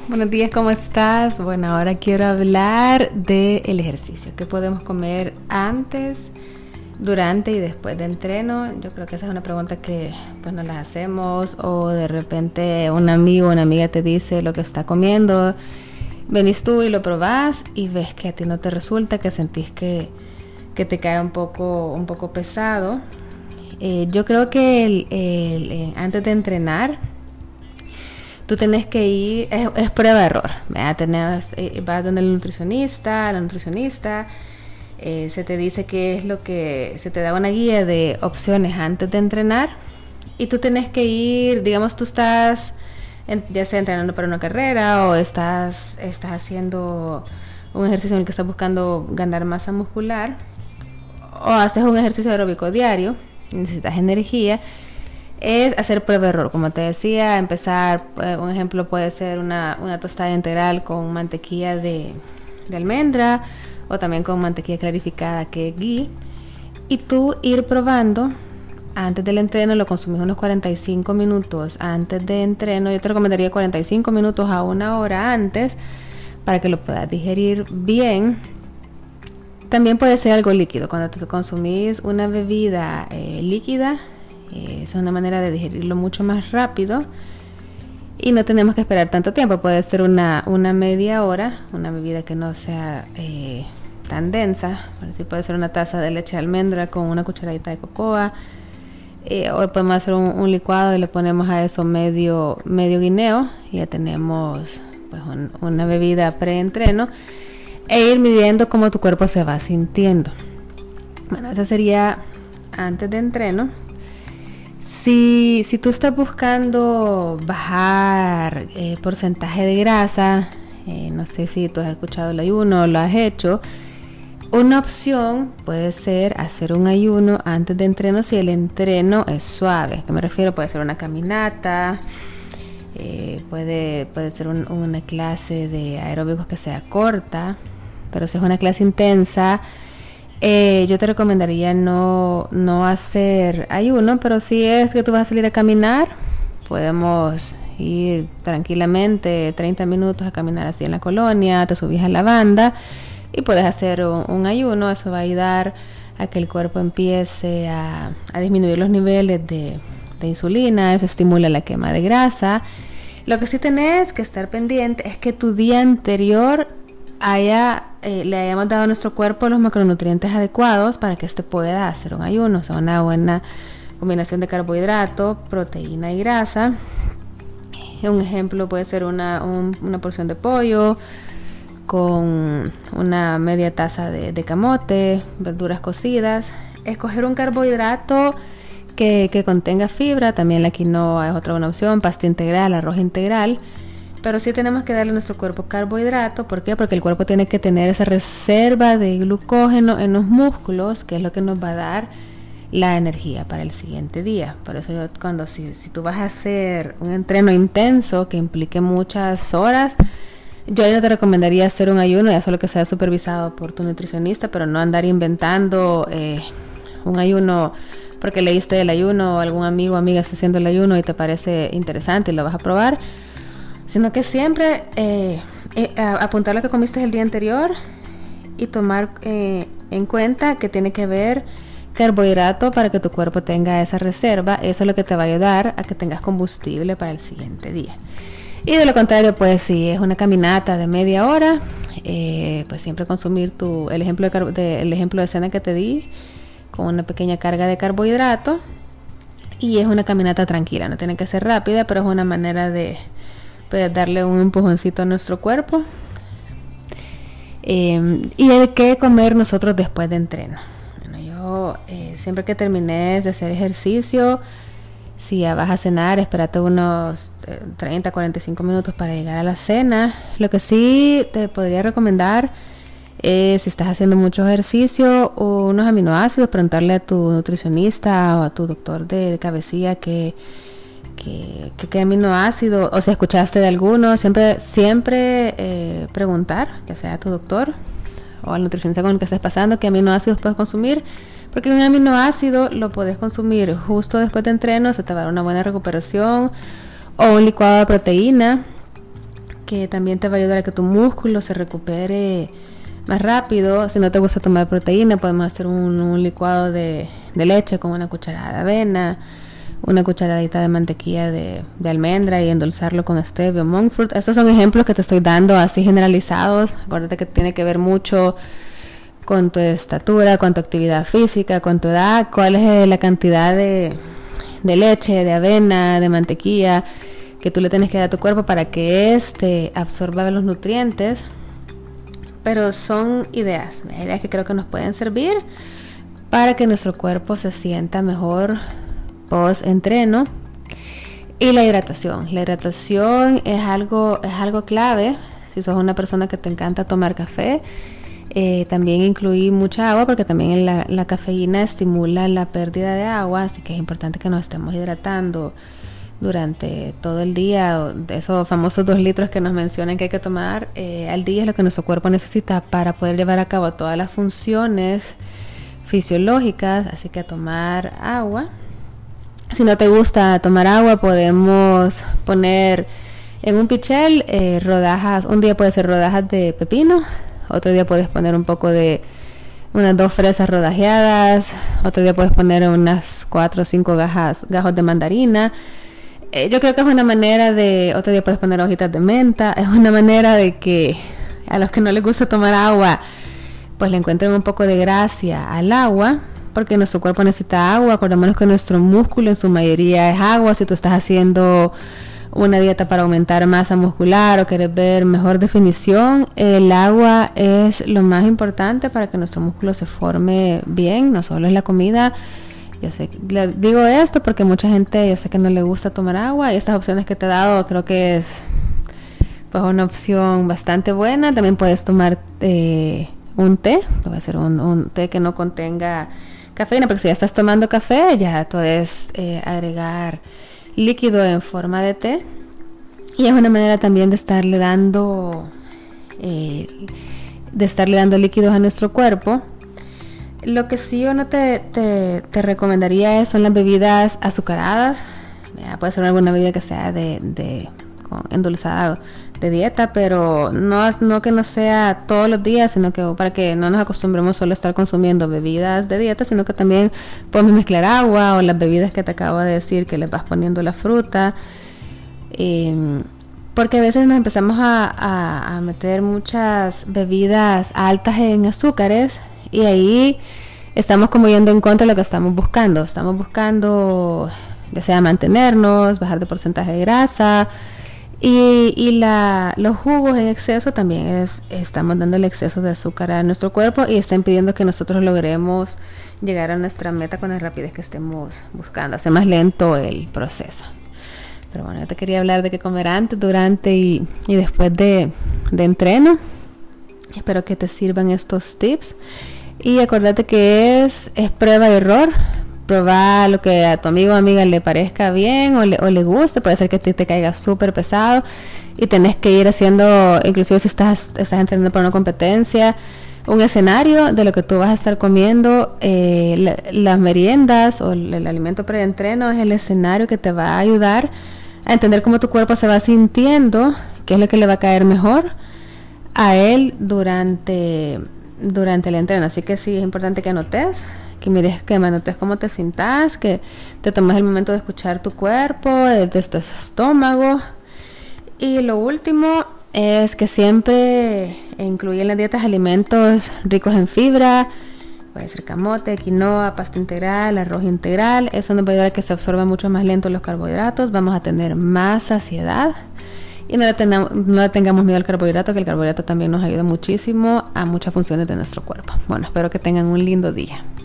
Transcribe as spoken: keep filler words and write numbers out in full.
Buenos días, ¿cómo estás? Bueno, ahora quiero hablar del ejercicio. ¿Qué podemos comer antes, durante y después de entreno? Yo creo que esa es una pregunta que pues nos la hacemos, o de repente un amigo o una amiga te dice lo que está comiendo. Venís tú y lo probás y ves que a ti no te resulta, que sentís que, que te cae un poco, un poco pesado. Eh, yo creo que el, el, el, antes de entrenar, tú tienes que ir, es, es prueba de error, tenés, eh, vas donde el nutricionista, la nutricionista, eh, se te dice qué es lo que, se te da una guía de opciones antes de entrenar, y tú tienes que ir, digamos, tú estás, en, ya sea entrenando para una carrera, o estás, estás haciendo un ejercicio en el que estás buscando ganar masa muscular, o haces un ejercicio aeróbico diario, necesitas energía. Es hacer prueba de error, como te decía, empezar, eh, un ejemplo puede ser una, una tostada integral con mantequilla de, de almendra, o también con mantequilla clarificada, que es ghee, y tú ir probando. Antes del entreno lo consumís unos cuarenta y cinco minutos antes de entreno. Yo te recomendaría cuarenta y cinco minutos a una hora antes, para que lo puedas digerir bien. También puede ser algo líquido. Cuando tú consumís una bebida eh, líquida, Eh, es una manera de digerirlo mucho más rápido y no tenemos que esperar tanto tiempo. Puede ser una, una media hora, una bebida que no sea eh, tan densa. Por así puede ser una taza de leche de almendra con una cucharadita de cocoa, eh, o podemos hacer un, un licuado y le ponemos a eso medio, medio guineo, y ya tenemos pues un, una bebida pre-entreno, e ir midiendo cómo tu cuerpo se va sintiendo. Bueno, eso sería antes de entreno. Si, si tú estás buscando bajar eh, porcentaje de grasa, eh, no sé si tú has escuchado el ayuno o lo has hecho, una opción puede ser hacer un ayuno antes de entreno si el entreno es suave. ¿A qué me refiero? Puede ser una caminata, eh, puede, puede ser un, una clase de aeróbicos que sea corta, pero si es una clase intensa, Eh, yo te recomendaría no, no hacer ayuno, pero si es que tú vas a salir a caminar, podemos ir tranquilamente treinta minutos a caminar así en la colonia, te subís a la banda y puedes hacer un, un ayuno. Eso va a ayudar a que el cuerpo empiece a, a disminuir los niveles de, de insulina. Eso estimula la quema de grasa. Lo que sí tenés que estar pendiente es que tu día anterior haya, eh, le hayamos dado a nuestro cuerpo los macronutrientes adecuados para que éste pueda hacer un ayuno. O sea, una buena combinación de carbohidrato, proteína y grasa. Un ejemplo puede ser una, un, una porción de pollo con una media taza de, de camote, verduras cocidas. Escoger un carbohidrato que, que contenga fibra. También la quinoa es otra buena opción, pasta integral, arroz integral. Pero sí tenemos que darle a nuestro cuerpo carbohidrato. ¿Por qué? Porque el cuerpo tiene que tener esa reserva de glucógeno en los músculos, que es lo que nos va a dar la energía para el siguiente día. Por eso yo, cuando si, si tú vas a hacer un entreno intenso que implique muchas horas, yo ahí no te recomendaría hacer un ayuno, ya solo que sea supervisado por tu nutricionista, pero no andar inventando eh, un ayuno porque leíste el ayuno, o algún amigo o amiga está haciendo el ayuno y te parece interesante y lo vas a probar. Sino que siempre eh, eh, apuntar lo que comiste el día anterior y tomar eh, en cuenta que tiene que haber carbohidrato para que tu cuerpo tenga esa reserva. Eso es lo que te va a ayudar a que tengas combustible para el siguiente día. Y de lo contrario, pues si es una caminata de media hora, eh, pues siempre consumir tu, el ejemplo de, de, el ejemplo de cena que te di, con una pequeña carga de carbohidrato. Y es una caminata tranquila, no tiene que ser rápida, pero es una manera de pues darle un empujoncito a nuestro cuerpo. Eh, y el que comer nosotros después de entreno. Bueno, yo eh, siempre que termines de hacer ejercicio, si ya vas a cenar, espérate unos eh, treinta a cuarenta y cinco minutos para llegar a la cena. Lo que sí te podría recomendar es, si estás haciendo mucho ejercicio, unos aminoácidos, preguntarle a tu nutricionista o a tu doctor de, de cabecilla que que, que, que aminoácido, o si escuchaste de alguno, siempre siempre eh, preguntar, que sea tu doctor o al nutricionista con el que estés pasando, qué aminoácidos puedes consumir, porque un aminoácido lo puedes consumir justo después de entreno, se te va a dar una buena recuperación, o un licuado de proteína que también te va a ayudar a que tu músculo se recupere más rápido. Si no te gusta tomar proteína, podemos hacer un, un licuado de, de leche con una cucharada de avena, una cucharadita de mantequilla de, de almendra y endulzarlo con stevia o monk fruit. Estos son ejemplos que te estoy dando así generalizados. Acuérdate que tiene que ver mucho con tu estatura, con tu actividad física, con tu edad, cuál es la cantidad de, de leche, de avena, de mantequilla que tú le tienes que dar a tu cuerpo para que éste absorba los nutrientes. Pero son ideas, ideas que creo que nos pueden servir para que nuestro cuerpo se sienta mejor post entreno. Y la hidratación, la hidratación es algo, es algo clave. Si sos una persona que te encanta tomar café, eh, también incluí mucha agua, porque también la, la cafeína estimula la pérdida de agua, así que es importante que nos estemos hidratando durante todo el día. Esos famosos dos litros que nos mencionan que hay que tomar eh, al día es lo que nuestro cuerpo necesita para poder llevar a cabo todas las funciones fisiológicas, así que a tomar agua. Si no te gusta tomar agua, podemos poner en un pichel eh, rodajas. Un día puede ser rodajas de pepino, otro día puedes poner un poco de unas dos fresas rodajeadas, otro día puedes poner unas cuatro o cinco gajas, gajos de mandarina. Eh, yo creo que es una manera de, otro día puedes poner hojitas de menta, es una manera de que a los que no les gusta tomar agua, pues le encuentren un poco de gracia al agua, porque nuestro cuerpo necesita agua. Acordémonos que nuestro músculo en su mayoría es agua. Si tú estás haciendo una dieta para aumentar masa muscular o quieres ver mejor definición, el agua es lo más importante para que nuestro músculo se forme bien, no solo es la comida. Yo sé, le digo esto porque mucha gente, yo sé que no le gusta tomar agua, y estas opciones que te he dado creo que es pues una opción bastante buena. También puedes tomar eh, un té, puede ser un, un té que no contenga cafeína, porque si ya estás tomando café, ya puedes eh, agregar líquido en forma de té, y es una manera también de estarle dando eh, de estarle dando líquidos a nuestro cuerpo. Lo que sí yo no te, te, te recomendaría es, son las bebidas azucaradas. Ya, puede ser alguna bebida que sea de, de con endulzada de dieta, pero no, no que no sea todos los días, sino que para que no nos acostumbremos solo a estar consumiendo bebidas de dieta, sino que también podemos mezclar agua o las bebidas que te acabo de decir, que le vas poniendo la fruta, eh, porque a veces nos empezamos a, a, a meter muchas bebidas altas en azúcares, y ahí estamos como yendo en contra de lo que estamos buscando. Estamos buscando ya sea mantenernos, bajar de porcentaje de grasa, y, y la, los jugos en exceso también es, estamos dando el exceso de azúcar a nuestro cuerpo y está impidiendo que nosotros logremos llegar a nuestra meta con la rapidez que estemos buscando. Hace más lento el proceso. Pero bueno, yo te quería hablar de qué comer antes, durante y, y después de, de entreno. Espero que te sirvan estos tips. Y acuérdate que es, es prueba y error. Probar lo que a tu amigo o amiga le parezca bien o le, o le guste. Puede ser que a ti te caiga súper pesado y tenés que ir haciendo, inclusive si estás, estás entrenando para una competencia, un escenario de lo que tú vas a estar comiendo. Eh, la, las meriendas o el, el alimento preentreno es el escenario que te va a ayudar a entender cómo tu cuerpo se va sintiendo, qué es lo que le va a caer mejor a él durante, durante el entreno. Así que sí, es importante que anotes, que mires, que me anotes cómo te sientas, que te tomes el momento de escuchar tu cuerpo, de, de tu estómago. Y lo último es que siempre incluye en las dietas alimentos ricos en fibra. Puede ser camote, quinoa, pasta integral, arroz integral. Eso nos va a ayudar a que se absorban mucho más lento los carbohidratos. Vamos a tener más saciedad. Y no le, tengamos, no le tengamos miedo al carbohidrato, que el carbohidrato también nos ayuda muchísimo a muchas funciones de nuestro cuerpo. Bueno, espero que tengan un lindo día.